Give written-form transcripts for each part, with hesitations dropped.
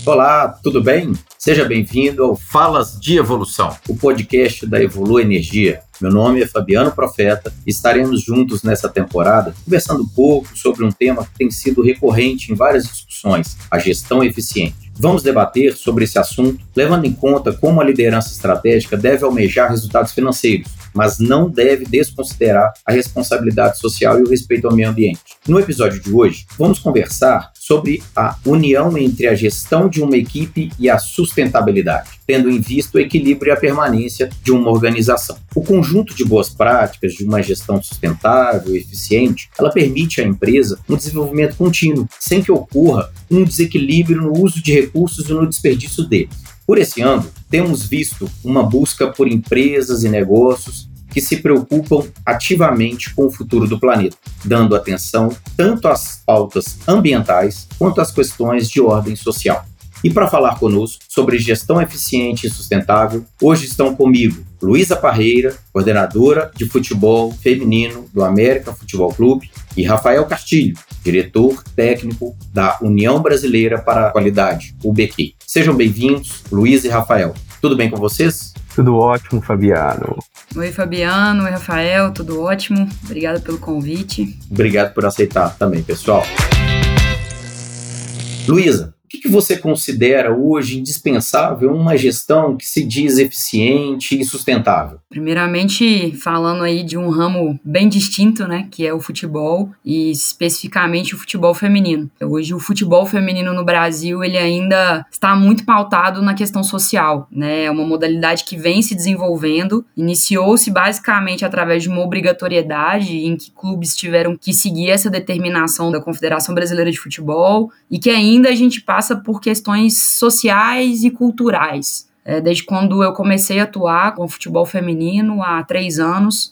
Olá, tudo bem? Seja bem-vindo ao Falas de Evolução, o podcast da Evolu Energia. Meu nome é Fabiano Profeta e estaremos juntos nessa temporada conversando um pouco sobre um tema que tem sido recorrente em várias discussões, a gestão eficiente. Vamos debater sobre esse assunto, levando em conta como a liderança estratégica deve almejar resultados financeiros, mas não deve desconsiderar a responsabilidade social e o respeito ao meio ambiente. No episódio de hoje, vamos conversar sobre a união entre a gestão de uma equipe e a sustentabilidade, tendo em vista o equilíbrio e a permanência de uma organização. O conjunto de boas práticas de uma gestão sustentável e eficiente, ela permite à empresa um desenvolvimento contínuo, sem que ocorra um desequilíbrio no uso de recursos e no desperdício deles. Por esse ângulo, temos visto uma busca por empresas e negócios que se preocupam ativamente com o futuro do planeta, dando atenção tanto às pautas ambientais quanto às questões de ordem social. E para falar conosco sobre gestão eficiente e sustentável, hoje estão comigo Luísa Parreira, coordenadora de futebol feminino do América Futebol Clube, e Rafael Castilho, diretor técnico da União Brasileira para a Qualidade, UBQ. Sejam bem-vindos, Luísa e Rafael. Tudo bem com vocês? Tudo ótimo, Fabiano. Oi, Fabiano. Oi, Rafael. Tudo ótimo. Obrigado pelo convite. Obrigado por aceitar também, pessoal. Luísa, o que você considera hoje indispensável uma gestão que se diz eficiente e sustentável? Primeiramente, falando aí de um ramo bem distinto, né, que é o futebol e especificamente o futebol feminino. Hoje o futebol feminino no Brasil, ele ainda está muito pautado na questão social, né? É uma modalidade que vem se desenvolvendo, iniciou-se basicamente através de uma obrigatoriedade em que clubes tiveram que seguir essa determinação da Confederação Brasileira de Futebol e que ainda a gente passa por questões sociais e culturais. Desde quando eu comecei a atuar com o futebol feminino, há 3 anos,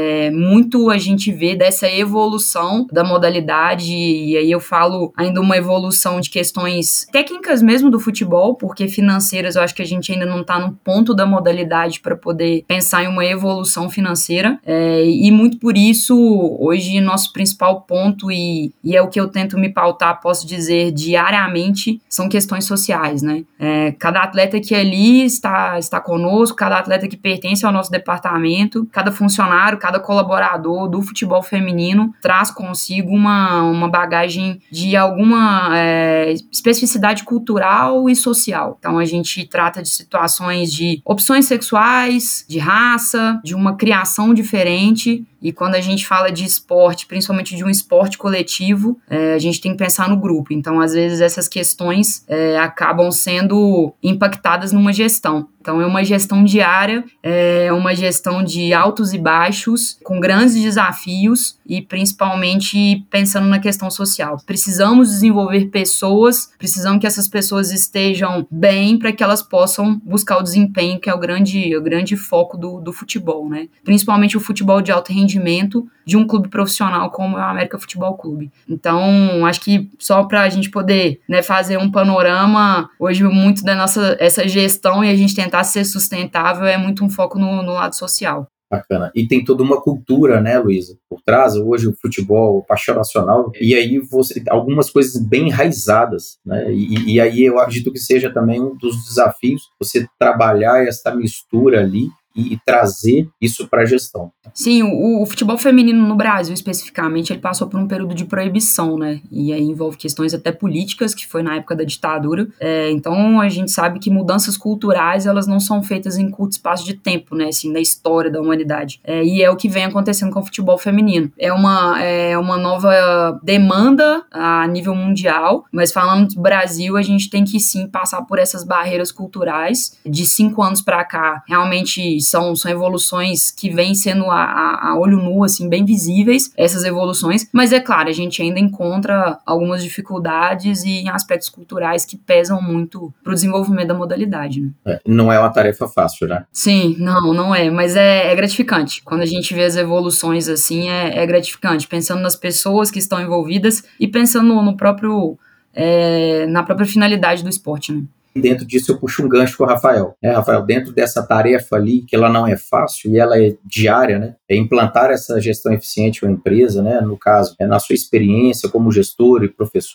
muito a gente vê dessa evolução da modalidade, e aí eu falo ainda uma evolução de questões técnicas mesmo do futebol, porque financeiras eu acho que a gente ainda não está no ponto da modalidade para poder pensar em uma evolução financeira, e muito por isso, hoje, nosso principal ponto, e é o que eu tento me pautar, posso dizer, diariamente, são questões sociais, né? Cada atleta que ali está conosco, cada atleta que pertence ao nosso departamento, cada funcionário, cada colaborador do futebol feminino traz consigo uma bagagem de alguma especificidade cultural e social. Então a gente trata de situações de opções sexuais, de raça, de uma criação diferente. E quando a gente fala de esporte, principalmente de um esporte coletivo, a gente tem que pensar no grupo. Então, às vezes, essas questões acabam sendo impactadas numa gestão. Então, é uma gestão diária, é uma gestão de altos e baixos, com grandes desafios e, principalmente, pensando na questão social. Precisamos desenvolver pessoas, precisamos que essas pessoas estejam bem para que elas possam buscar o desempenho, que é o grande foco do futebol, né? Principalmente o futebol de alto rendimento de um clube profissional como é o América Futebol Clube. Então, acho que só para a gente poder, né, fazer um panorama, hoje muito da essa gestão e a gente tentar ser sustentável é muito um foco no lado social. Bacana. E tem toda uma cultura, né, Luísa, por trás. Hoje o futebol, o paixão nacional, e aí você algumas coisas bem enraizadas, né, e aí eu acredito que seja também um dos desafios, você trabalhar essa mistura ali e trazer isso para a gestão. Sim, o futebol feminino no Brasil, especificamente, ele passou por um período de proibição, né? E aí envolve questões até políticas, que foi na época da ditadura. Então, a gente sabe que mudanças culturais, elas não são feitas em curto espaço de tempo, né? Assim, da história da humanidade. E é o que vem acontecendo com o futebol feminino. É uma nova demanda a nível mundial, mas falando do Brasil, a gente tem que, sim, passar por essas barreiras culturais. De 5 anos para cá, realmente são evoluções que vêm sendo a olho nu, assim, bem visíveis, essas evoluções, mas é claro, a gente ainda encontra algumas dificuldades e aspectos culturais que pesam muito para o desenvolvimento da modalidade, né? Não é uma tarefa fácil, né? Sim, não é, mas é gratificante. Quando a gente vê as evoluções assim, é gratificante, pensando nas pessoas que estão envolvidas e pensando no próprio, na própria finalidade do esporte, né? Dentro disso eu puxo um gancho com o Rafael. Rafael, dentro dessa tarefa ali, que ela não é fácil e ela é diária, né? É implantar essa gestão eficiente em uma empresa, né? No caso, na sua experiência como gestor e professor,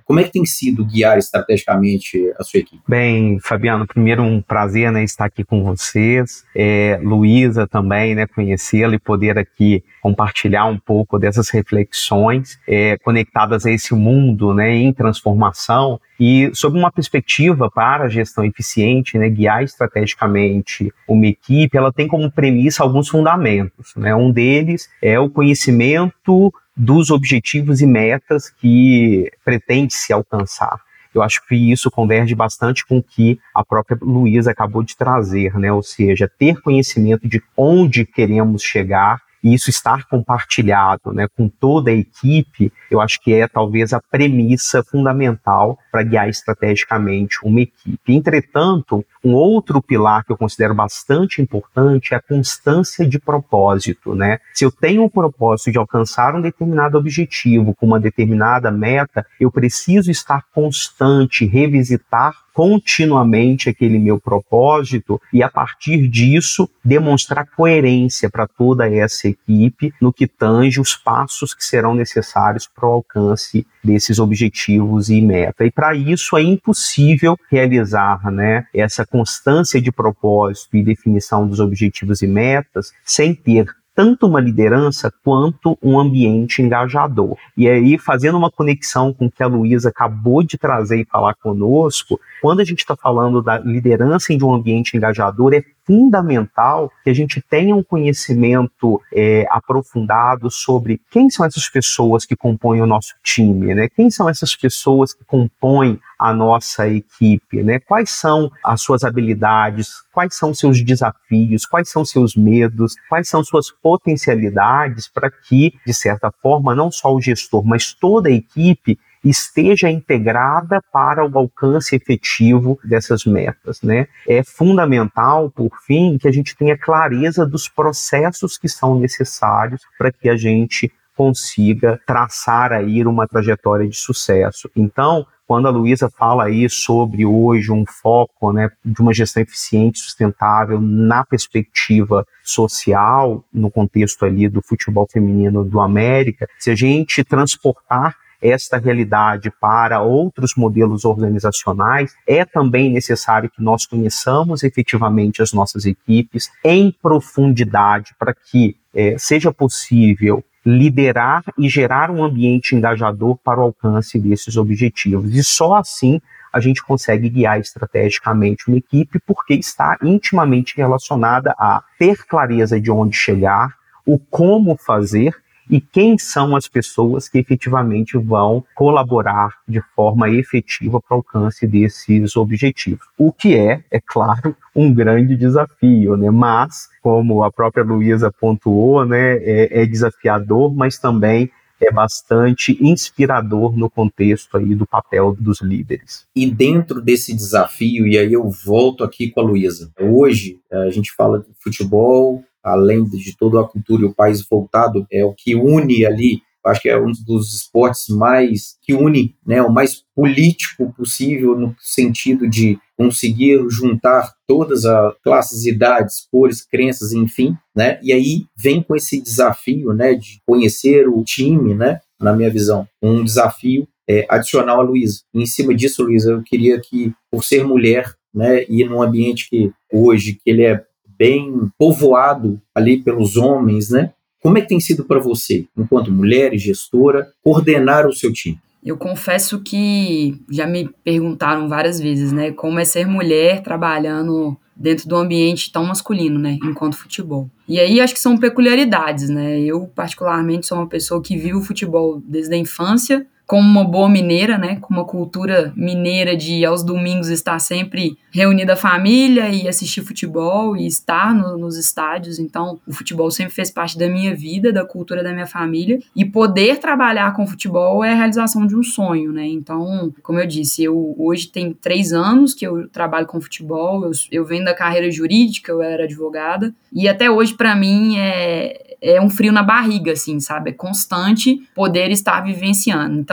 Como é que tem sido guiar estrategicamente a sua equipe? Bem, Fabiano, primeiro um prazer, né, estar aqui com vocês. Luísa também, né, conhecê-la e poder aqui compartilhar um pouco dessas reflexões conectadas a esse mundo, né, em transformação e sob uma perspectiva para a gestão eficiente, né, guiar estrategicamente uma equipe. Ela tem como premissa alguns fundamentos, né? Um deles é o conhecimento dos objetivos e metas que pretende se alcançar. Eu acho que isso converge bastante com o que a própria Luísa acabou de trazer, né? Ou seja, ter conhecimento de onde queremos chegar e isso estar compartilhado, né, com toda a equipe, eu acho que é talvez a premissa fundamental para guiar estrategicamente uma equipe. Entretanto, um outro pilar que eu considero bastante importante é a constância de propósito, né? Se eu tenho o propósito de alcançar um determinado objetivo com uma determinada meta, eu preciso estar constante, revisitar continuamente aquele meu propósito e, a partir disso, demonstrar coerência para toda essa equipe no que tange os passos que serão necessários para o alcance desses objetivos e metas. E, para isso, é impossível realizar, né, essa constância de propósito e definição dos objetivos e metas sem ter tanto uma liderança quanto um ambiente engajador. E aí, fazendo uma conexão com o que a Luísa acabou de trazer e falar conosco, quando a gente está falando da liderança de um ambiente engajador, é fundamental que a gente tenha um conhecimento aprofundado sobre quem são essas pessoas que compõem o nosso time, né? Quem são essas pessoas que compõem a nossa equipe, né? Quais são as suas habilidades, quais são seus desafios, quais são seus medos, quais são suas potencialidades para que, de certa forma, não só o gestor, mas toda a equipe esteja integrada para o alcance efetivo dessas metas, né? É fundamental, por fim, que a gente tenha clareza dos processos que são necessários para que a gente consiga traçar aí uma trajetória de sucesso. Então, quando a Luísa fala aí sobre hoje um foco, né, de uma gestão eficiente e sustentável na perspectiva social, no contexto ali do futebol feminino do América, se a gente transportar esta realidade para outros modelos organizacionais, é também necessário que nós conheçamos efetivamente as nossas equipes em profundidade para que seja possível liderar e gerar um ambiente engajador para o alcance desses objetivos. E só assim a gente consegue guiar estrategicamente uma equipe, porque está intimamente relacionada a ter clareza de onde chegar, o como fazer e quem são as pessoas que efetivamente vão colaborar de forma efetiva para o alcance desses objetivos. O que é claro, um grande desafio, né? Mas, como a própria Luísa pontuou, né, é desafiador, mas também é bastante inspirador no contexto aí do papel dos líderes. E dentro desse desafio, e aí eu volto aqui com a Luísa, hoje a gente fala de futebol, além de toda a cultura e o país voltado, é o que une ali, acho que é um dos esportes mais, que une, né, o mais político possível, no sentido de conseguir juntar todas as classes, idades, cores, crenças, enfim, né, e aí vem com esse desafio, né, de conhecer o time, né, na minha visão, um desafio adicional a Luísa. E em cima disso, Luísa, eu queria que, por ser mulher, né, e num ambiente que hoje, que ele é bem povoado ali pelos homens, né? Como é que tem sido para você, enquanto mulher e gestora, coordenar o seu time? Eu confesso que já me perguntaram várias vezes, né, como é ser mulher trabalhando dentro do ambiente tão masculino, né, enquanto futebol. E aí acho que são peculiaridades, né? Eu particularmente sou uma pessoa que vive o futebol desde a infância, como uma boa mineira, né, com uma cultura mineira de aos domingos estar sempre reunida a família e assistir futebol e estar nos estádios. Então o futebol sempre fez parte da minha vida, da cultura da minha família, e poder trabalhar com futebol é a realização de um sonho, né? Então, como eu disse, eu hoje tenho 3 anos que eu trabalho com futebol, eu venho da carreira jurídica, eu era advogada, e até hoje para mim é um frio na barriga, assim, sabe? É constante poder estar vivenciando. Então,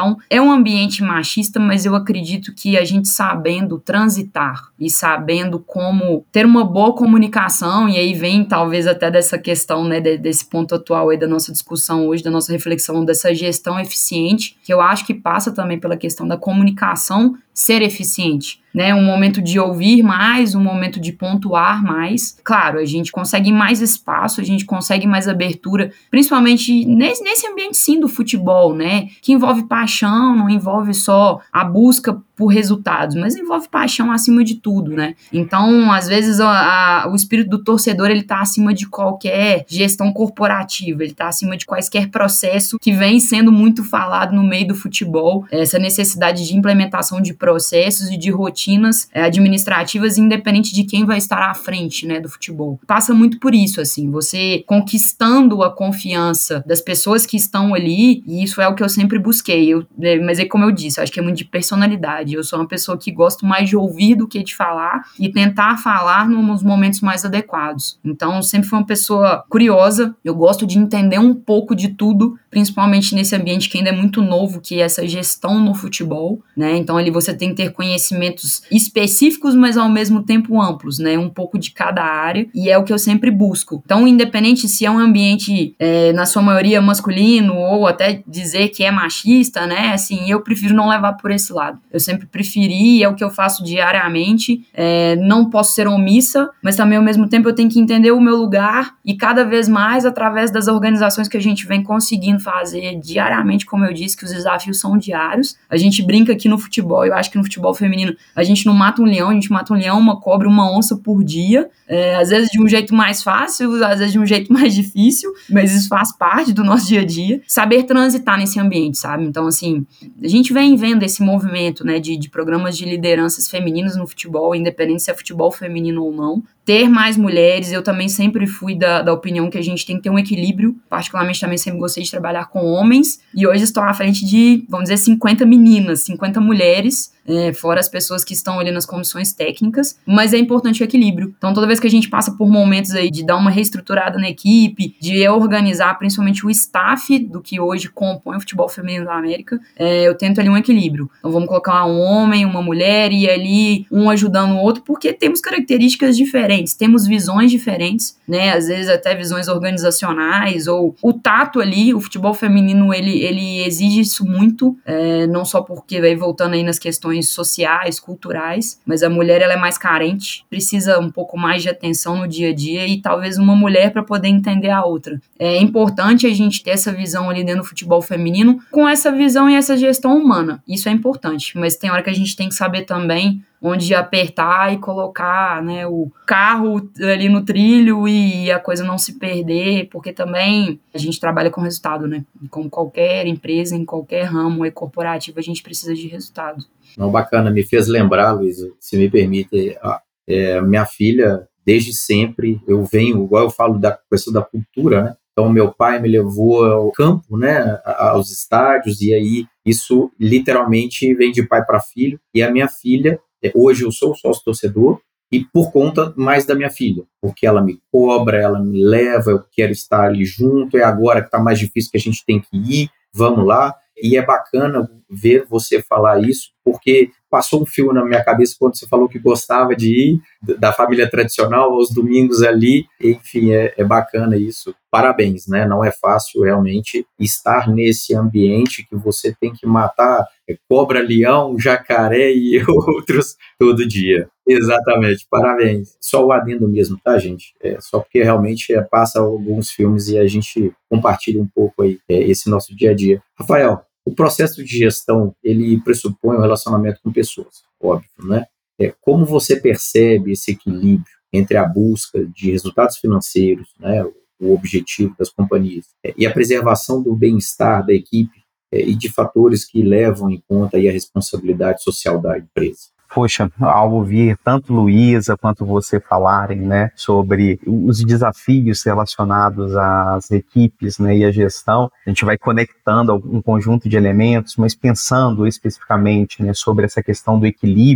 Então, é um ambiente machista, mas eu acredito que a gente sabendo transitar e sabendo como ter uma boa comunicação, e aí vem talvez até dessa questão, né, desse ponto atual aí da nossa discussão hoje, da nossa reflexão, dessa gestão eficiente, que eu acho que passa também pela questão da comunicação ser eficiente, né? Um momento de ouvir mais, um momento de pontuar mais. Claro, a gente consegue mais espaço, a gente consegue mais abertura, principalmente nesse ambiente sim do futebol, né? Que envolve paixão, não envolve só a busca por resultados, mas envolve paixão acima de tudo, né? Então, às vezes, o espírito do torcedor, ele tá acima de qualquer gestão corporativa, ele tá acima de quaisquer processo que vem sendo muito falado no meio do futebol, essa necessidade de implementação de processos e de rotinas administrativas, independente de quem vai estar à frente, né, do futebol. Passa muito por isso, assim, você conquistando a confiança das pessoas que estão ali, e isso é o que eu sempre busquei, mas é como eu disse, eu acho que é muito de personalidade. Eu sou uma pessoa que gosto mais de ouvir do que de falar e tentar falar nos momentos mais adequados. Então, sempre fui uma pessoa curiosa, eu gosto de entender um pouco de tudo, principalmente nesse ambiente que ainda é muito novo, que é essa gestão no futebol, né? Então, ali você tem que ter conhecimentos específicos, mas ao mesmo tempo amplos, né? Um pouco de cada área, e é o que eu sempre busco. Então, independente se é um ambiente, na sua maioria masculino, ou até dizer que é machista, né? Assim, eu prefiro não levar por esse lado. Eu sempre preferi, é o que eu faço diariamente, não posso ser omissa, mas também ao mesmo tempo eu tenho que entender o meu lugar, e cada vez mais através das organizações que a gente vem conseguindo fazer diariamente, como eu disse, que os desafios são diários. A gente brinca aqui no futebol, eu acho que no futebol feminino a gente não mata um leão, a gente mata um leão, uma cobra, uma onça por dia, às vezes de um jeito mais fácil, às vezes de um jeito mais difícil, mas isso faz parte do nosso dia a dia, saber transitar nesse ambiente, sabe? Então, assim, a gente vem vendo esse movimento, né, de programas de lideranças femininas no futebol, independente se é futebol feminino ou não, ter mais mulheres. Eu também sempre fui da opinião que a gente tem que ter um equilíbrio, particularmente também sempre gostei de trabalhar com homens, e hoje estou à frente de, vamos dizer, 50 meninas, 50 mulheres, fora as pessoas que estão ali nas comissões técnicas, mas é importante o equilíbrio. Então, toda vez que a gente passa por momentos aí de dar uma reestruturada na equipe, de organizar principalmente o staff do que hoje compõe o futebol feminino da América, eu tento ali um equilíbrio. Então, vamos colocar um homem, uma mulher, e ali um ajudando o outro, porque temos características diferentes, temos visões diferentes, né? Às vezes até visões organizacionais, ou o tato ali. O futebol feminino, ele exige isso muito, não só porque, voltando aí nas questões sociais, culturais, mas a mulher, ela é mais carente, precisa um pouco mais de atenção no dia a dia, e talvez uma mulher para poder entender a outra. É importante a gente ter essa visão ali dentro do futebol feminino, com essa visão e essa gestão humana. Isso é importante, mas tem hora que a gente tem que saber também onde apertar e colocar, né, o carro ali no trilho e a coisa não se perder, porque também a gente trabalha com resultado, né? Como qualquer empresa, em qualquer ramo corporativo, a gente precisa de resultado. Não, bacana, me fez lembrar, Luísa, se me permite, minha filha, desde sempre, eu venho, igual eu falo da questão da cultura, né? Então, meu pai me levou ao campo, né, aos estádios, e aí isso literalmente vem de pai para filho. E a minha filha, hoje eu sou sócio torcedor, e por conta mais da minha filha, porque ela me cobra, ela me leva, eu quero estar ali junto, é agora que está mais difícil que a gente tem que ir, vamos lá. E é bacana ver você falar isso, porque passou um fio na minha cabeça quando você falou que gostava de ir, da família tradicional, aos domingos ali. Enfim, é bacana isso. Parabéns, né? Não é fácil realmente estar nesse ambiente que você tem que matar cobra, leão, jacaré e outros todo dia. Exatamente, parabéns. Só o adendo mesmo, tá, gente? Só porque realmente passa alguns filmes e a gente compartilha um pouco aí esse nosso dia a dia. Rafael, o processo de gestão, ele pressupõe um relacionamento com pessoas, óbvio, né? Como você percebe esse equilíbrio entre a busca de resultados financeiros, né, o objetivo das companhias, e a preservação do bem-estar da equipe e de fatores que levam em conta aí a responsabilidade social da empresa? Poxa, ao ouvir tanto Luísa quanto você falarem, né, sobre os desafios relacionados às equipes, né, e à gestão, a gente vai conectando um conjunto de elementos, mas pensando especificamente, né, sobre essa questão do equilíbrio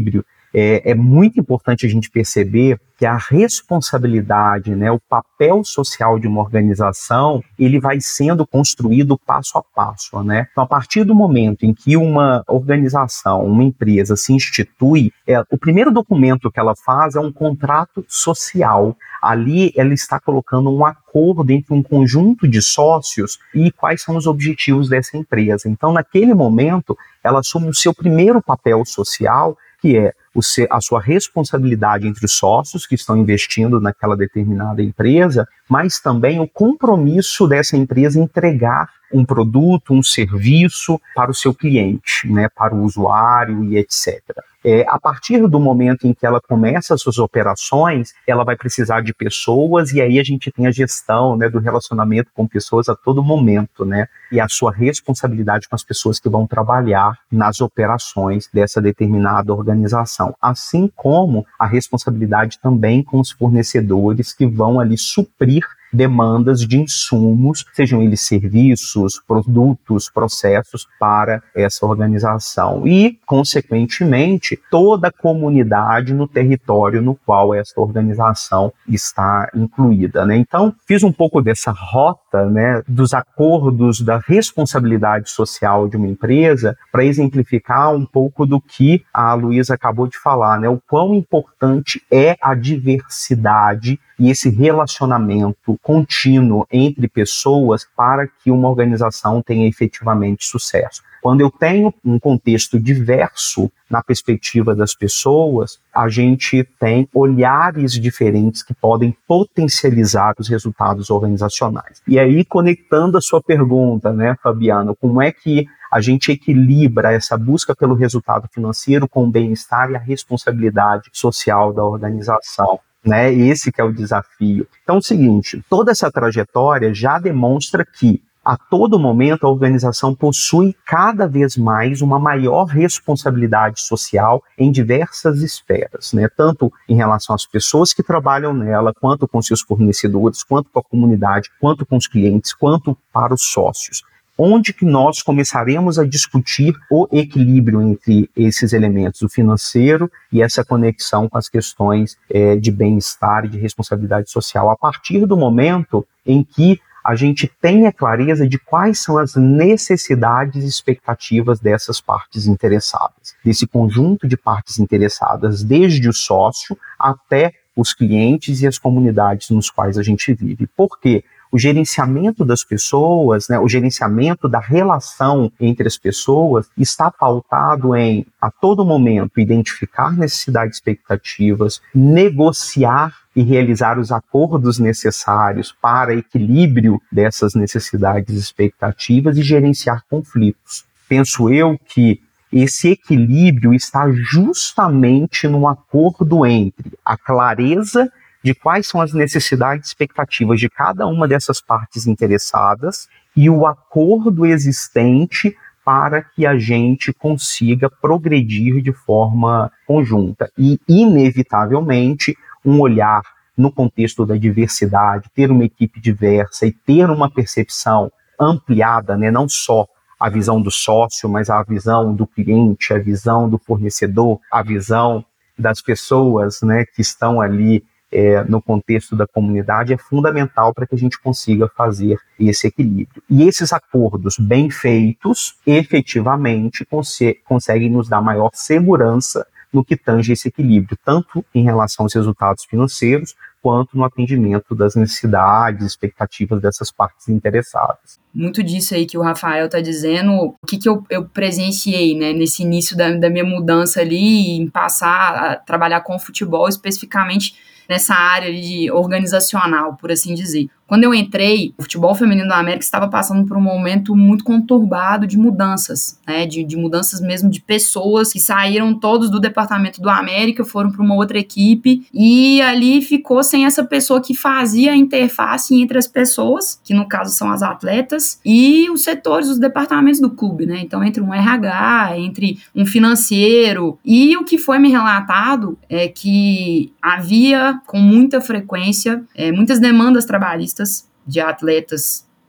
É muito importante a gente perceber que a responsabilidade, né, o papel social de uma organização, ele vai sendo construído passo a passo, né? Então, a partir do momento em que uma organização, uma empresa se institui, o primeiro documento que ela faz é um contrato social. Ali ela está colocando um acordo entre um conjunto de sócios e quais são os objetivos dessa empresa. Então, naquele momento, ela assume o seu primeiro papel social, que é a sua responsabilidade entre os sócios que estão investindo naquela determinada empresa, mas também o compromisso dessa empresa em entregar um produto, um serviço para o seu cliente, né, para o usuário e etc. A partir do momento em que ela começa as suas operações, ela vai precisar de pessoas, e aí a gente tem a gestão, né, do relacionamento com pessoas a todo momento, né, e a sua responsabilidade com as pessoas que vão trabalhar nas operações dessa determinada organização, assim como a responsabilidade também com os fornecedores que vão ali suprir demandas de insumos, sejam eles serviços, produtos, processos para essa organização e, consequentemente, toda a comunidade no território no qual essa organização está incluída, né? Então, fiz um pouco dessa rota, né, dos acordos da responsabilidade social de uma empresa para exemplificar um pouco do que a Luísa acabou de falar, né? O quão importante é a diversidade e esse relacionamento contínuo entre pessoas para que uma organização tenha efetivamente sucesso. Quando eu tenho um contexto diverso na perspectiva das pessoas, a gente tem olhares diferentes que podem potencializar os resultados organizacionais. E aí, conectando a sua pergunta, né, Fabiano, como é que a gente equilibra essa busca pelo resultado financeiro com o bem-estar e a responsabilidade social da organização? Né? Esse que é o desafio. Então é o seguinte, toda essa trajetória já demonstra que a todo momento a organização possui cada vez mais uma maior responsabilidade social em diversas esferas, né? Tanto em relação às pessoas que trabalham nela, quanto com seus fornecedores, quanto com a comunidade, quanto com os clientes, quanto para os sócios. Onde que nós começaremos a discutir o equilíbrio entre esses elementos, o financeiro e essa conexão com as questões de bem-estar e de responsabilidade social, a partir do momento em que a gente tenha clareza de quais são as necessidades e expectativas dessas partes interessadas, desse conjunto de partes interessadas, desde o sócio até os clientes e as comunidades nos quais a gente vive. Por quê? O gerenciamento das pessoas, né, o gerenciamento da relação entre as pessoas está pautado em, a todo momento, identificar necessidades e expectativas, negociar e realizar os acordos necessários para equilíbrio dessas necessidades e expectativas e gerenciar conflitos. Penso eu que esse equilíbrio está justamente no acordo entre a clareza de quais são as necessidades e expectativas de cada uma dessas partes interessadas e o acordo existente para que a gente consiga progredir de forma conjunta. E, inevitavelmente, um olhar no contexto da diversidade, ter uma equipe diversa e ter uma percepção ampliada, né, não só a visão do sócio, mas a visão do cliente, a visão do fornecedor, a visão das pessoas, né, que estão ali no contexto da comunidade, é fundamental para que a gente consiga fazer esse equilíbrio. E esses acordos bem feitos, efetivamente, conseguem nos dar maior segurança no que tange esse equilíbrio, tanto em relação aos resultados financeiros, quanto no atendimento das necessidades e expectativas dessas partes interessadas. Muito disso aí que o Rafael está dizendo, o que eu presenciei, né, nesse início da minha mudança ali, em passar a trabalhar com futebol, especificamente nessa área de organizacional, por assim dizer. Quando eu entrei, o futebol feminino da América estava passando por um momento muito conturbado de mudanças, né? De mudanças mesmo de pessoas que saíram todos do departamento do América, foram para uma outra equipe e ali ficou sem essa pessoa que fazia a interface entre as pessoas, que no caso são as atletas, e os setores, os departamentos do clube, né? Então, entre um RH, entre um financeiro. E o que foi me relatado é que havia, com muita frequência, muitas demandas trabalhistas de atletas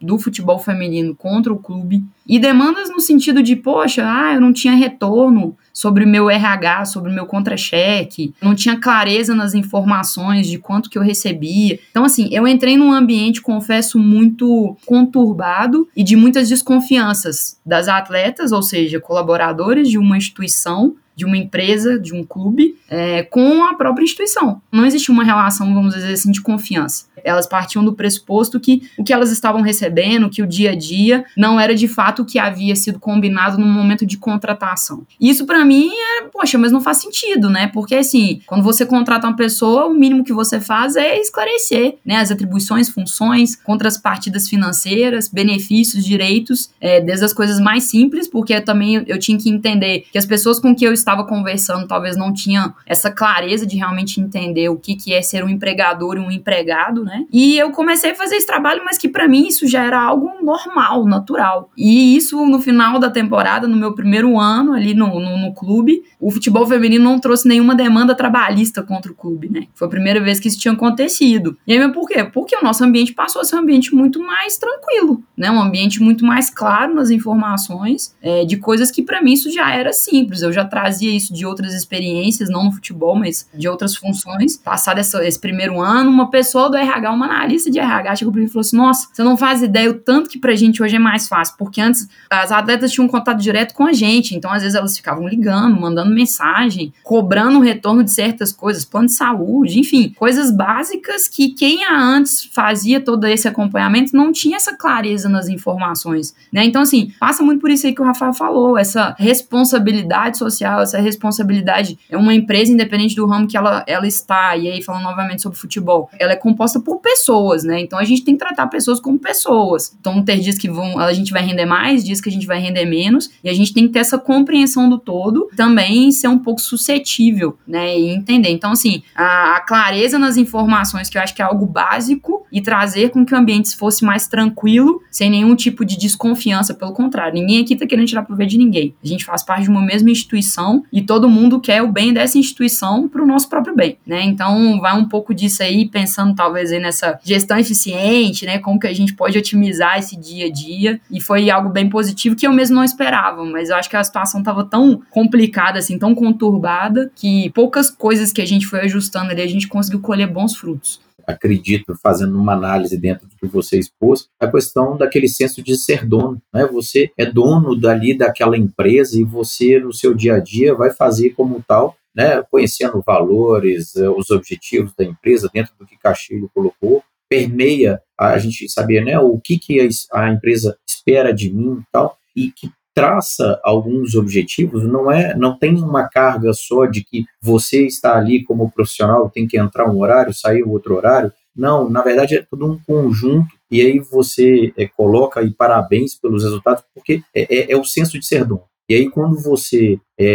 do futebol feminino contra o clube, e demandas no sentido de, poxa, eu não tinha retorno sobre o meu RH, sobre o meu contra-cheque, não tinha clareza nas informações de quanto que eu recebia. Então, assim, eu entrei num ambiente, confesso, muito conturbado e de muitas desconfianças das atletas, ou seja, colaboradores de uma instituição, de uma empresa, de um clube, com a própria instituição. Não existia uma relação, vamos dizer assim, de confiança. Elas partiam do pressuposto que o que elas estavam recebendo, que o dia a dia, não era de fato o que havia sido combinado no momento de contratação. Isso para mim mas não faz sentido, né? Porque assim, quando você contrata uma pessoa, o mínimo que você faz é esclarecer, né, as atribuições, funções, contrapartidas financeiras, benefícios, direitos, desde as coisas mais simples, porque também eu tinha que entender que as pessoas com que eu estava conversando talvez não tinham essa clareza de realmente entender o que é ser um empregador e um empregado, né? E eu comecei a fazer esse trabalho, mas que para mim isso já era algo normal, natural. E isso no final da temporada, no meu primeiro ano ali no clube, o futebol feminino não trouxe nenhuma demanda trabalhista contra o clube, né? Foi a primeira vez que isso tinha acontecido. E aí, por quê? Porque o nosso ambiente passou a ser um ambiente muito mais tranquilo, né? Um ambiente muito mais claro nas informações, de coisas que para mim isso já era simples. Eu já trazia isso de outras experiências, não no futebol, mas de outras funções. Passado esse primeiro ano, uma pessoa do RH, uma analista de RH, chegou pra mim e falou assim, nossa, você não faz ideia o tanto que pra gente hoje é mais fácil, porque antes as atletas tinham contato direto com a gente, então às vezes elas ficavam ligando, mandando mensagem, cobrando o retorno de certas coisas, plano de saúde, enfim, coisas básicas que quem antes fazia todo esse acompanhamento não tinha essa clareza nas informações, né? Então assim, passa muito por isso aí que o Rafael falou, essa responsabilidade social, essa responsabilidade, uma empresa independente do ramo que ela está, e aí falando novamente sobre futebol, ela é composta por pessoas, né? Então a gente tem que tratar pessoas como pessoas. Então ter dias que a gente vai render mais, dias que a gente vai render menos, e a gente tem que ter essa compreensão do todo, também ser um pouco suscetível, né? E entender. Então assim, a clareza nas informações, que eu acho que é algo básico, e trazer com que o ambiente fosse mais tranquilo, sem nenhum tipo de desconfiança, pelo contrário, ninguém aqui tá querendo tirar proveito de ninguém. A gente faz parte de uma mesma instituição e todo mundo quer o bem dessa instituição pro nosso próprio bem, né? Então vai um pouco disso aí, pensando talvez aí nessa gestão eficiente, né? Como que a gente pode otimizar esse dia a dia, e foi algo bem positivo que eu mesmo não esperava, mas eu acho que a situação estava tão complicada, assim, tão conturbada, que poucas coisas que a gente foi ajustando ali, a gente conseguiu colher bons frutos. Acredito, fazendo uma análise dentro do que você expôs, a questão daquele senso de ser dono, né? Você é dono daquela empresa e você, no seu dia a dia, vai fazer como tal, né? Conhecendo valores, os objetivos da empresa, dentro do que Castilho colocou, permeia a gente saber, né, o que a empresa espera de mim e tal, e que traça alguns objetivos, não tem uma carga só de que você está ali como profissional, tem que entrar um horário, sair outro horário. Não, na verdade é tudo um conjunto, e aí você coloca, e parabéns pelos resultados, porque é o senso de ser dono. E aí quando você,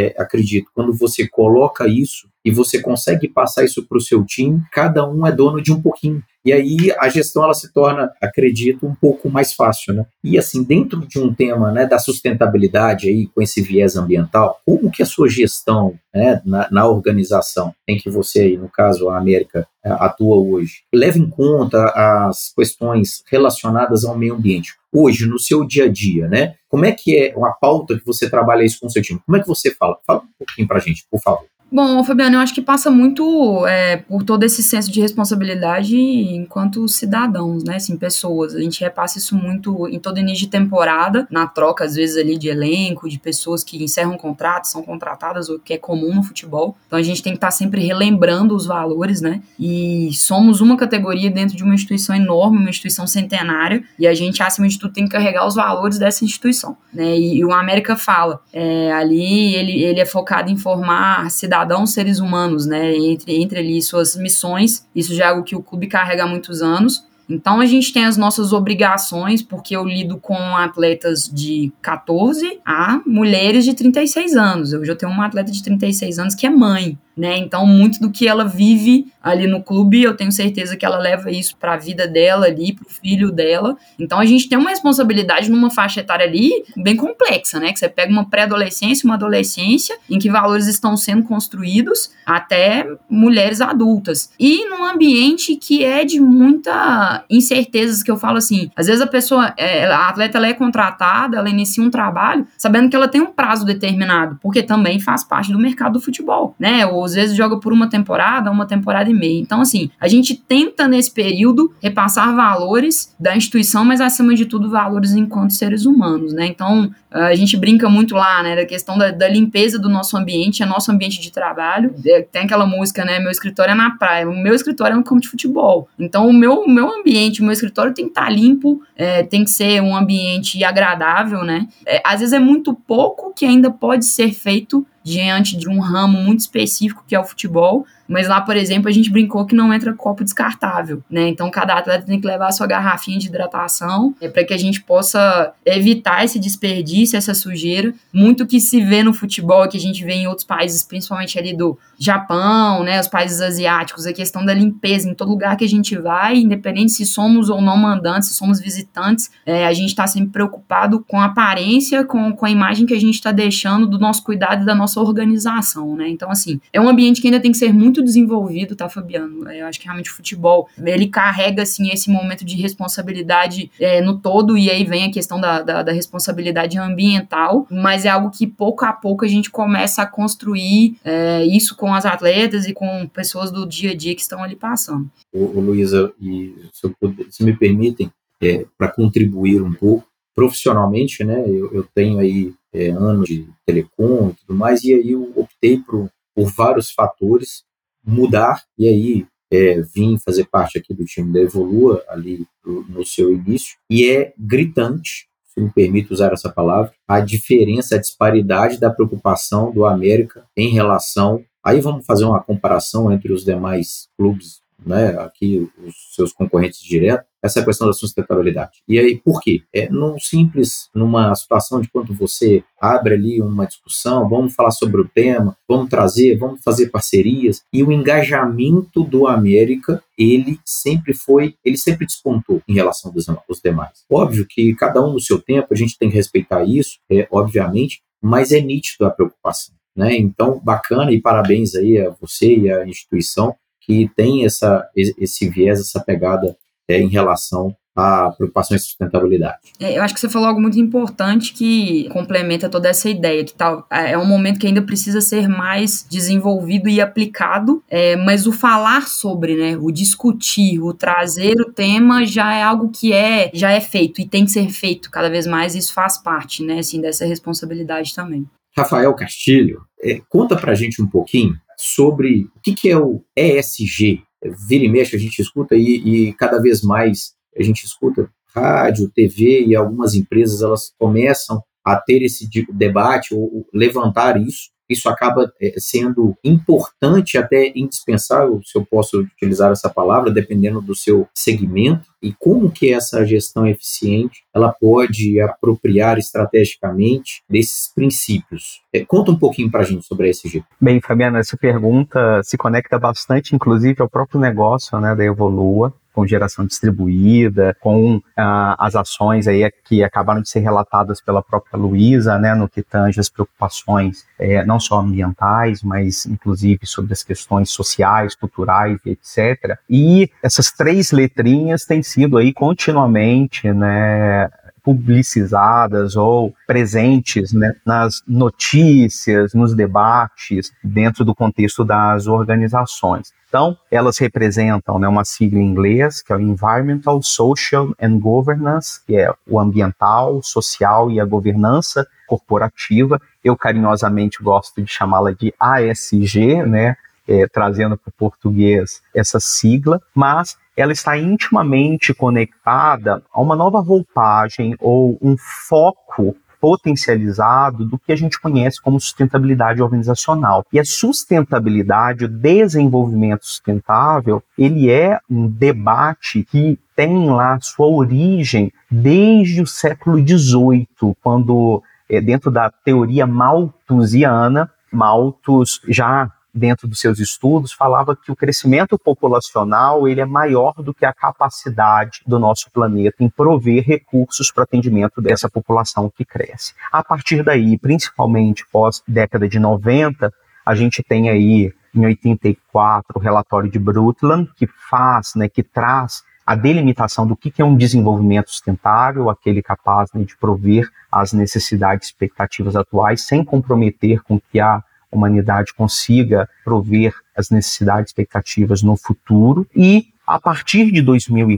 quando você coloca isso, e você consegue passar isso para o seu time, cada um é dono de um pouquinho. E aí a gestão ela se torna, acredito, um pouco mais fácil, né? E assim, dentro de um tema, né, da sustentabilidade aí, com esse viés ambiental, como que a sua gestão, né, na organização em que você aí, no caso a América, atua hoje, leva em conta as questões relacionadas ao meio ambiente? Hoje, no seu dia a dia, né? Como é que é uma pauta que você trabalha isso com o seu time? Como é que você fala? Fala um pouquinho pra gente, por favor. Bom, Fabiano, eu acho que passa muito por todo esse senso de responsabilidade enquanto cidadãos, né, assim, pessoas. A gente repassa isso muito em todo início de temporada, na troca, às vezes, ali de elenco, de pessoas que encerram contratos, são contratadas, o que é comum no futebol. Então, a gente tem que estar sempre relembrando os valores, né, e somos uma categoria dentro de uma instituição enorme, uma instituição centenária, e a gente, acima de tudo, tem que carregar os valores dessa instituição, né, e o América fala, ali ele é focado em formar cidadãos, seres humanos, né, entre ali suas missões. Isso já é algo que o clube carrega há muitos anos. Então a gente tem as nossas obrigações, porque eu lido com atletas de 14 a mulheres de 36 anos. Eu já tenho uma atleta de 36 anos que é mãe. né? Então, muito do que ela vive ali no clube, eu tenho certeza que ela leva isso para a vida dela ali, para o filho dela. Então, a gente tem uma responsabilidade numa faixa etária ali bem complexa, né? Que você pega uma pré-adolescência, uma adolescência, em que valores estão sendo construídos até mulheres adultas. E num ambiente que é de muita incertezas, que eu falo assim, às vezes a pessoa, a atleta, ela é contratada, ela inicia um trabalho, sabendo que ela tem um prazo determinado, porque também faz parte do mercado do futebol, né? Ou às vezes joga por uma temporada e meia. Então, assim, a gente tenta nesse período repassar valores da instituição, mas acima de tudo valores enquanto seres humanos, né? Então, a gente brinca muito lá, né, da questão da limpeza do nosso ambiente, é nosso ambiente de trabalho. Tem aquela música, né, meu escritório é na praia, o meu escritório é um campo de futebol. Então, o meu ambiente, o meu escritório tem que estar limpo, tem que ser um ambiente agradável, né? Às vezes é muito pouco que ainda pode ser feito diante de um ramo muito específico que é o futebol, mas lá, por exemplo, a gente brincou que não entra copo descartável, né? Então, cada atleta tem que levar a sua garrafinha de hidratação para que a gente possa evitar esse desperdício, essa sujeira. Muito que se vê no futebol, que a gente vê em outros países, principalmente ali do Japão, né? Os países asiáticos, a questão da limpeza em todo lugar que a gente vai, independente se somos ou não mandantes, se somos visitantes, a gente está sempre preocupado com a aparência, com a imagem que a gente está deixando do nosso cuidado e da nossa organização, né? Então, assim, é um ambiente que ainda tem que ser muito desenvolvido, tá, Fabiano? Eu acho que realmente o futebol, ele carrega, assim, esse momento de responsabilidade no todo, e aí vem a questão da responsabilidade ambiental, mas é algo que pouco a pouco a gente começa a construir isso com as atletas e com pessoas do dia a dia que estão ali passando. Luísa, e se me permitem, para contribuir um pouco, profissionalmente, né, eu tenho aí anos de telecom e tudo mais, e aí eu optei por vários fatores mudar, e aí vim fazer parte aqui do time da Evolua, ali no seu início, e é gritante, se me permite usar essa palavra, a diferença, a disparidade da preocupação do América em relação, aí vamos fazer uma comparação entre os demais clubes, né, aqui os seus concorrentes diretos, essa questão da sustentabilidade. E aí, por quê? Numa situação de quando você abre ali uma discussão, vamos falar sobre o tema, vamos fazer parcerias, e o engajamento do América, ele sempre despontou em relação aos demais. Óbvio que cada um no seu tempo, a gente tem que respeitar isso, obviamente, mas é nítido a preocupação, né? Então, bacana, e parabéns aí a você e a instituição que tem esse viés, essa pegada em relação à preocupação em sustentabilidade. Eu acho que você falou algo muito importante que complementa toda essa ideia, que é um momento que ainda precisa ser mais desenvolvido e aplicado, mas o falar sobre, né, o discutir, o trazer o tema já é algo que já é feito e tem que ser feito cada vez mais, isso faz parte, né, assim, dessa responsabilidade também. Rafael Castilho, conta pra gente um pouquinho sobre o que é o ESG. Vira e mexe, a gente escuta e cada vez mais a gente escuta rádio, TV, e algumas empresas elas começam a ter esse debate ou levantar isso. Isso acaba sendo importante, até indispensável, se eu posso utilizar essa palavra, dependendo do seu segmento, e como que essa gestão eficiente ela pode apropriar estrategicamente desses princípios. Conta um pouquinho para a gente sobre a ESG. Bem, Fabiana, essa pergunta se conecta bastante, inclusive, ao próprio negócio, né, da Evolua, com geração distribuída, com as ações aí que acabaram de ser relatadas pela própria Luísa, né, no que tange as preocupações não só ambientais, mas inclusive sobre as questões sociais, culturais, etc. E essas 3 letrinhas têm sido aí continuamente, né, publicizadas ou presentes, né, nas notícias, nos debates, dentro do contexto das organizações. Então, elas representam, né, uma sigla em inglês, que é o Environmental, Social and Governance, que é o ambiental, social e a governança corporativa. Eu carinhosamente gosto de chamá-la de ASG, né, trazendo para o português essa sigla, mas ela está intimamente conectada a uma nova roupagem ou um foco potencializado do que a gente conhece como sustentabilidade organizacional. E a sustentabilidade, o desenvolvimento sustentável, ele é um debate que tem lá sua origem desde o século XVIII, quando, dentro da teoria malthusiana, Malthus já dentro dos seus estudos, falava que o crescimento populacional ele é maior do que a capacidade do nosso planeta em prover recursos para atendimento dessa população que cresce. A partir daí, principalmente pós-década de 90, a gente tem aí, em 84, o relatório de Brundtland, que traz a delimitação do que é um desenvolvimento sustentável, aquele capaz de prover as necessidades e expectativas atuais, sem comprometer com que a humanidade consiga prover as necessidades e expectativas no futuro. E, a partir de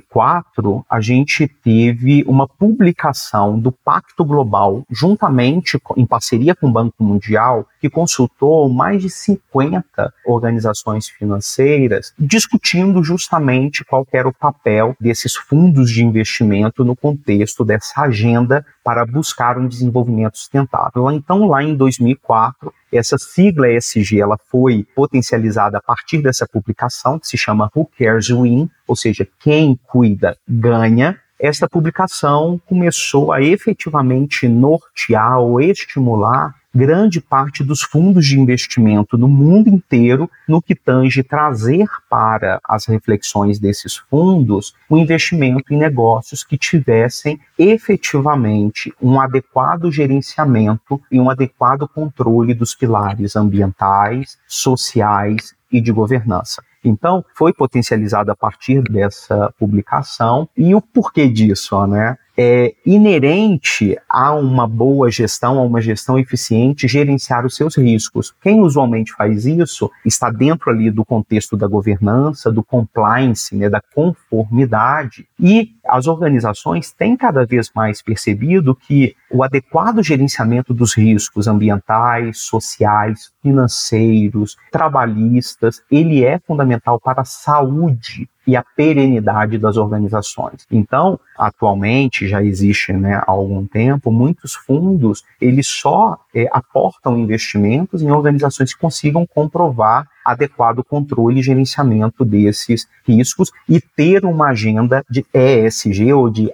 2004, a gente teve uma publicação do Pacto Global, juntamente em parceria com o Banco Mundial, que consultou mais de 50 organizações financeiras, discutindo justamente qual era o papel desses fundos de investimento no contexto dessa agenda para buscar um desenvolvimento sustentável. Então, lá em 2004, essa sigla ESG ela foi potencializada a partir dessa publicação, que se chama Who Cares Win, ou seja, quem cuida ganha. Esta publicação começou a efetivamente nortear ou estimular grande parte dos fundos de investimento no mundo inteiro no que tange trazer para as reflexões desses fundos um investimento em negócios que tivessem efetivamente um adequado gerenciamento e um adequado controle dos pilares ambientais, sociais e de governança. Então, foi potencializado a partir dessa publicação. E o porquê disso, né? É inerente a uma boa gestão, a uma gestão eficiente, gerenciar os seus riscos. Quem usualmente faz isso está dentro ali do contexto da governança, do compliance, né, da conformidade. E as organizações têm cada vez mais percebido que o adequado gerenciamento dos riscos ambientais, sociais, financeiros, trabalhistas, ele é fundamental para a saúde e a perenidade das organizações. Então, atualmente, já existe há algum tempo, muitos fundos, eles só aportam investimentos em organizações que consigam comprovar adequado controle e gerenciamento desses riscos e ter uma agenda de ESG ou de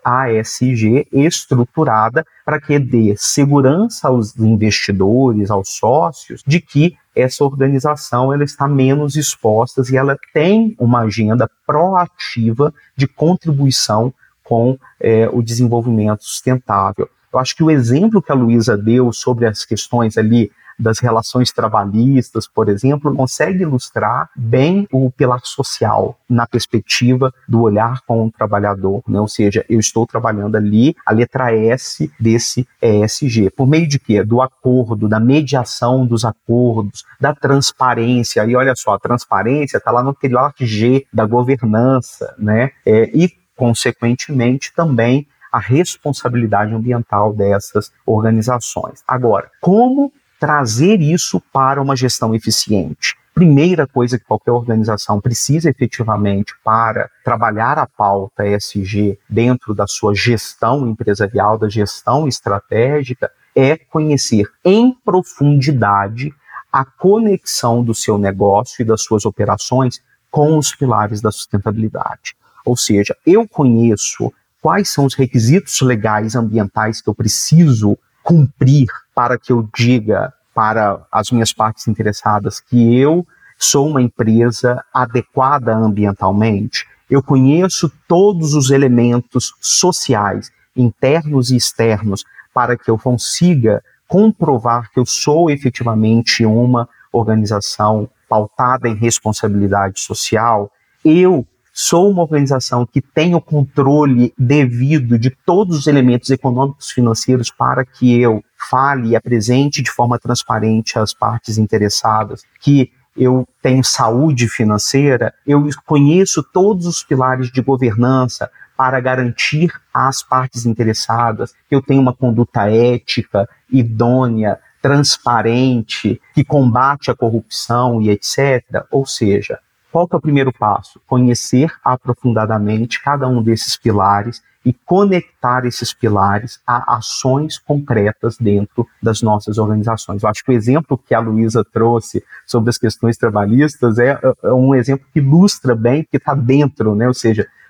ASG estruturada para que dê segurança aos investidores, aos sócios, de que essa organização ela está menos exposta e ela tem uma agenda proativa de contribuição com o desenvolvimento sustentável. Eu acho que o exemplo que a Luísa deu sobre as questões ali das relações trabalhistas, por exemplo, consegue ilustrar bem o pilar social na perspectiva do olhar com o trabalhador, né? Ou seja, eu estou trabalhando ali a letra S desse ESG. Por meio de quê? Do acordo, da mediação dos acordos, da transparência. E olha só, a transparência está lá no pilar G da governança, né? E, consequentemente, também a responsabilidade ambiental dessas organizações. Agora, como trazer isso para uma gestão eficiente? Primeira coisa que qualquer organização precisa efetivamente para trabalhar a pauta ESG dentro da sua gestão empresarial, da gestão estratégica, é conhecer em profundidade a conexão do seu negócio e das suas operações com os pilares da sustentabilidade. Ou seja, eu conheço quais são os requisitos legais ambientais que eu preciso cumprir para que eu diga para as minhas partes interessadas que eu sou uma empresa adequada ambientalmente. Eu conheço todos os elementos sociais, internos e externos, para que eu consiga comprovar que eu sou efetivamente uma organização pautada em responsabilidade social. Eu sou uma organização que tem o controle devido de todos os elementos econômicos e financeiros para que eu fale e apresente de forma transparente às partes interessadas que eu tenho saúde financeira. Eu conheço todos os pilares de governança para garantir às partes interessadas que eu tenho uma conduta ética, idônea, transparente, que combate a corrupção e etc. Ou seja, qual que é o primeiro passo? Conhecer aprofundadamente cada um desses pilares e conectar esses pilares a ações concretas dentro das nossas organizações. Eu acho que o exemplo que a Luísa trouxe sobre as questões trabalhistas é um exemplo que ilustra bem, porque está dentro, né? Ou seja,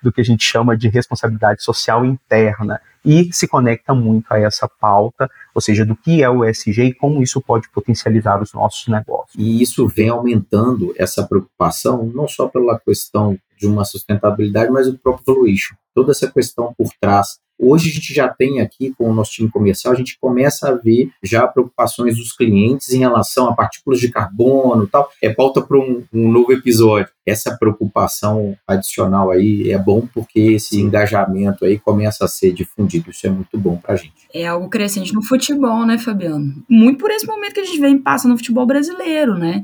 do que a gente chama de responsabilidade social interna, e se conecta muito a essa pauta, ou seja, do que é o ESG e como isso pode potencializar os nossos negócios. E isso vem aumentando essa preocupação, não só pela questão de uma sustentabilidade, mas o próprio valuation. Toda essa questão por trás. Hoje a gente já tem aqui, com o nosso time comercial, a gente começa a ver já preocupações dos clientes em relação a partículas de carbono e tal. É pauta para um novo episódio. Essa preocupação adicional aí é bom porque esse engajamento aí começa a ser difundido. Isso é muito bom para a gente. É algo crescente no futebol, né, Fabiano? Muito por esse momento que a gente vem passando no futebol brasileiro, né?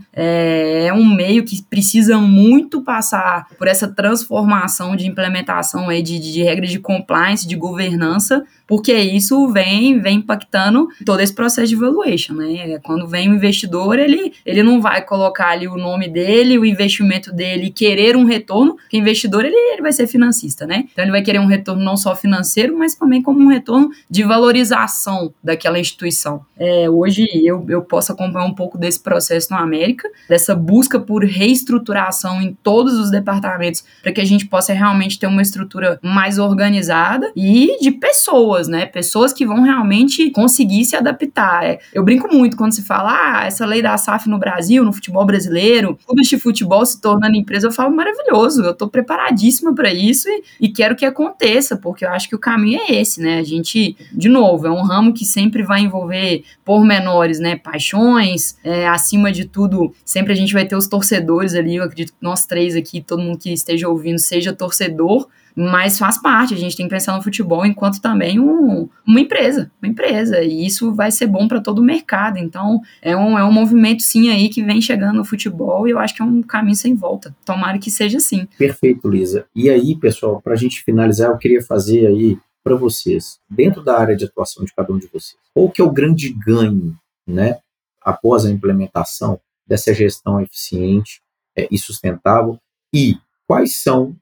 É um meio que precisa muito passar por essa transformação de implementação aí de regras de compliance, de governança, porque isso vem impactando todo esse processo de valuation, né? Quando vem o investidor, ele não vai colocar ali o nome dele, o investimento dele e querer um retorno, porque o investidor ele vai ser financista, né? Então ele vai querer um retorno não só financeiro, mas também como um retorno de valorização daquela instituição. Hoje eu posso acompanhar um pouco desse processo na América, dessa busca por reestruturação em todos os departamentos, para que a gente possa realmente ter uma estrutura mais organizada e de pessoas, né? Pessoas que vão realmente conseguir se adaptar. Eu brinco muito quando se fala, essa lei da SAF no Brasil, no futebol brasileiro, clubes de futebol se tornando empresa, eu falo, maravilhoso, eu tô preparadíssima para isso e quero que aconteça, porque eu acho que o caminho é esse, né? A gente, de novo, é um ramo que sempre vai envolver pormenores, né? Paixões, acima de tudo, sempre a gente vai ter os torcedores ali, eu acredito que nós três aqui, todo mundo que esteja ouvindo, seja torcedor, mas faz parte, a gente tem que pensar no futebol enquanto também uma empresa, e isso vai ser bom para todo o mercado, então é um movimento sim aí que vem chegando no futebol e eu acho que é um caminho sem volta, tomara que seja assim. Perfeito, Lisa. E aí, pessoal, para a gente finalizar, eu queria fazer aí para vocês, dentro da área de atuação de cada um de vocês, qual que é o grande ganho, né, após a implementação dessa gestão eficiente e sustentável, e quais são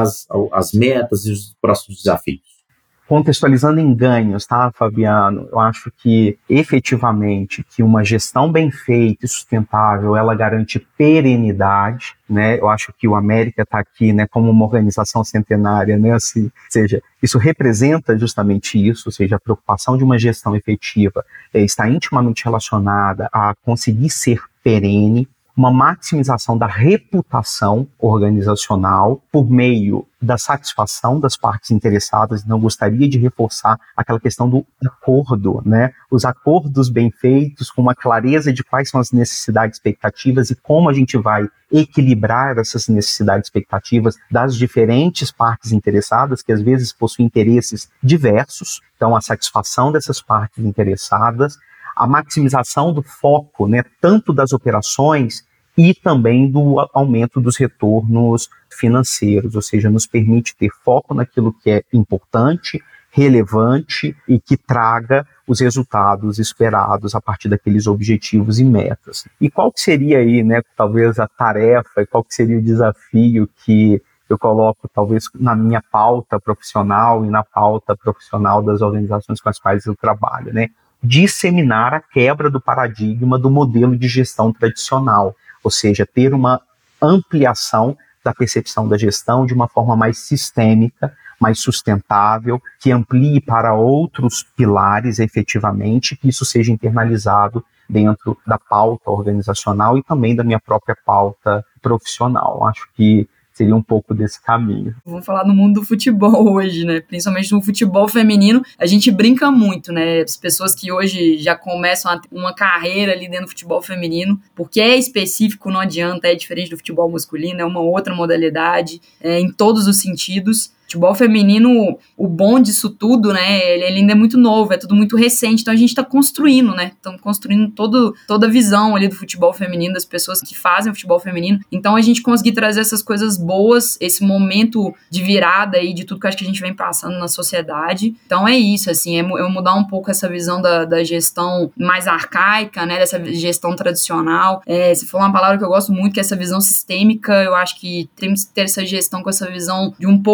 as metas e os próximos desafios? Contextualizando em ganhos, tá, Fabiano? Eu acho que, efetivamente, que uma gestão bem feita e sustentável, ela garante perenidade, né? Eu acho que o América está aqui, né, como uma organização centenária, né? Assim, ou seja, isso representa justamente isso, ou seja, a preocupação de uma gestão efetiva está intimamente relacionada a conseguir ser perene, uma maximização da reputação organizacional por meio da satisfação das partes interessadas. Não gostaria de reforçar aquela questão do acordo, né? Os acordos bem feitos, com uma clareza de quais são as necessidades, expectativas e como a gente vai equilibrar essas necessidades, expectativas das diferentes partes interessadas, que às vezes possuem interesses diversos. Então, a satisfação dessas partes interessadas, a maximização do foco, né, tanto das operações e também do aumento dos retornos financeiros, ou seja, nos permite ter foco naquilo que é importante, relevante e que traga os resultados esperados a partir daqueles objetivos e metas. E qual que seria aí, né, talvez a tarefa, e qual que seria o desafio que eu coloco talvez na minha pauta profissional e na pauta profissional das organizações com as quais eu trabalho, né? Disseminar a quebra do paradigma do modelo de gestão tradicional, ou seja, ter uma ampliação da percepção da gestão de uma forma mais sistêmica, mais sustentável, que amplie para outros pilares efetivamente, que isso seja internalizado dentro da pauta organizacional e também da minha própria pauta profissional. Acho que seria um pouco desse caminho. Vamos falar no mundo do futebol hoje, né? Principalmente no futebol feminino, a gente brinca muito, né? As pessoas que hoje já começam uma carreira ali dentro do futebol feminino, porque é específico, não adianta, é diferente do futebol masculino, é uma outra modalidade, em todos os sentidos. Futebol feminino, o bom disso tudo, né, ele ainda é muito novo, é tudo muito recente, então a gente está construindo, né, estamos construindo toda a visão ali do futebol feminino, das pessoas que fazem o futebol feminino, então a gente conseguir trazer essas coisas boas, esse momento de virada aí de tudo que eu acho que a gente vem passando na sociedade, então é isso, assim, é mudar um pouco essa visão da gestão mais arcaica, né, dessa gestão tradicional, você falou uma palavra que eu gosto muito, que é essa visão sistêmica, eu acho que temos que ter essa gestão com essa visão de um pouco do todo,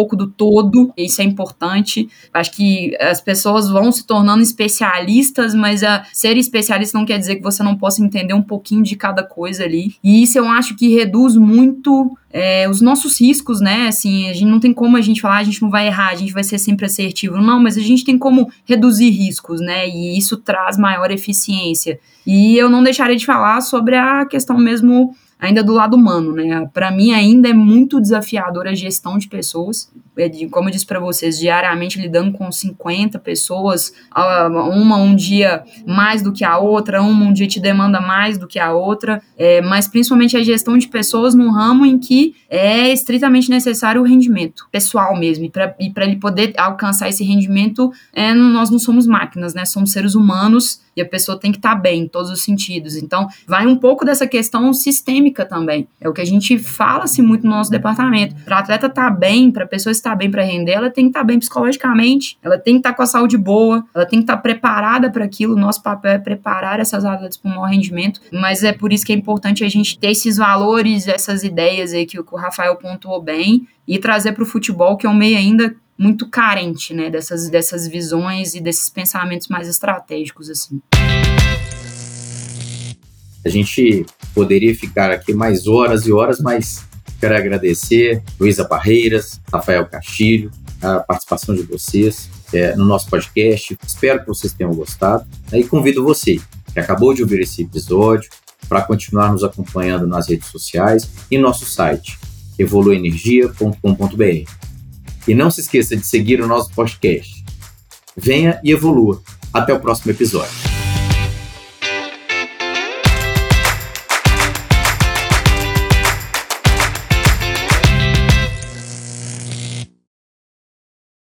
todo, isso é importante. Acho que as pessoas vão se tornando especialistas, mas ser especialista não quer dizer que você não possa entender um pouquinho de cada coisa ali. E isso eu acho que reduz muito os nossos riscos, né? Assim, a gente não tem como a gente falar, a gente não vai errar, a gente vai ser sempre assertivo. Não, mas a gente tem como reduzir riscos, né? E isso traz maior eficiência. E eu não deixaria de falar sobre a questão mesmo ainda do lado humano, né? Para mim ainda é muito desafiadora a gestão de pessoas. Como eu disse para vocês, diariamente lidando com 50 pessoas, um dia mais do que a outra, um dia te demanda mais do que a outra, mas principalmente a gestão de pessoas num ramo em que é estritamente necessário o rendimento pessoal mesmo, e para ele poder alcançar esse rendimento, nós não somos máquinas, né? Somos seres humanos e a pessoa tem que estar bem em todos os sentidos. Então, vai um pouco dessa questão sistêmica também. É o que a gente fala-se muito no nosso departamento. Para a atleta estar bem, para a pessoa estar bem para render, ela tem que estar bem psicologicamente, ela tem que estar com a saúde boa, ela tem que estar preparada para aquilo. O nosso papel é preparar essas atletas para o maior rendimento, mas é por isso que é importante a gente ter esses valores, essas ideias aí que o Rafael pontuou bem, e trazer para o futebol, que é um meio ainda muito carente, né, dessas visões e desses pensamentos mais estratégicos, assim. A gente poderia ficar aqui mais horas e horas, mas quero agradecer Luísa Barreiras, Rafael Castilho, a participação de vocês no nosso podcast. Espero que vocês tenham gostado. E convido você, que acabou de ouvir esse episódio, para continuar nos acompanhando nas redes sociais e nosso site, evoluenergia.com.br. E não se esqueça de seguir o nosso podcast. Venha e evolua. Até o próximo episódio.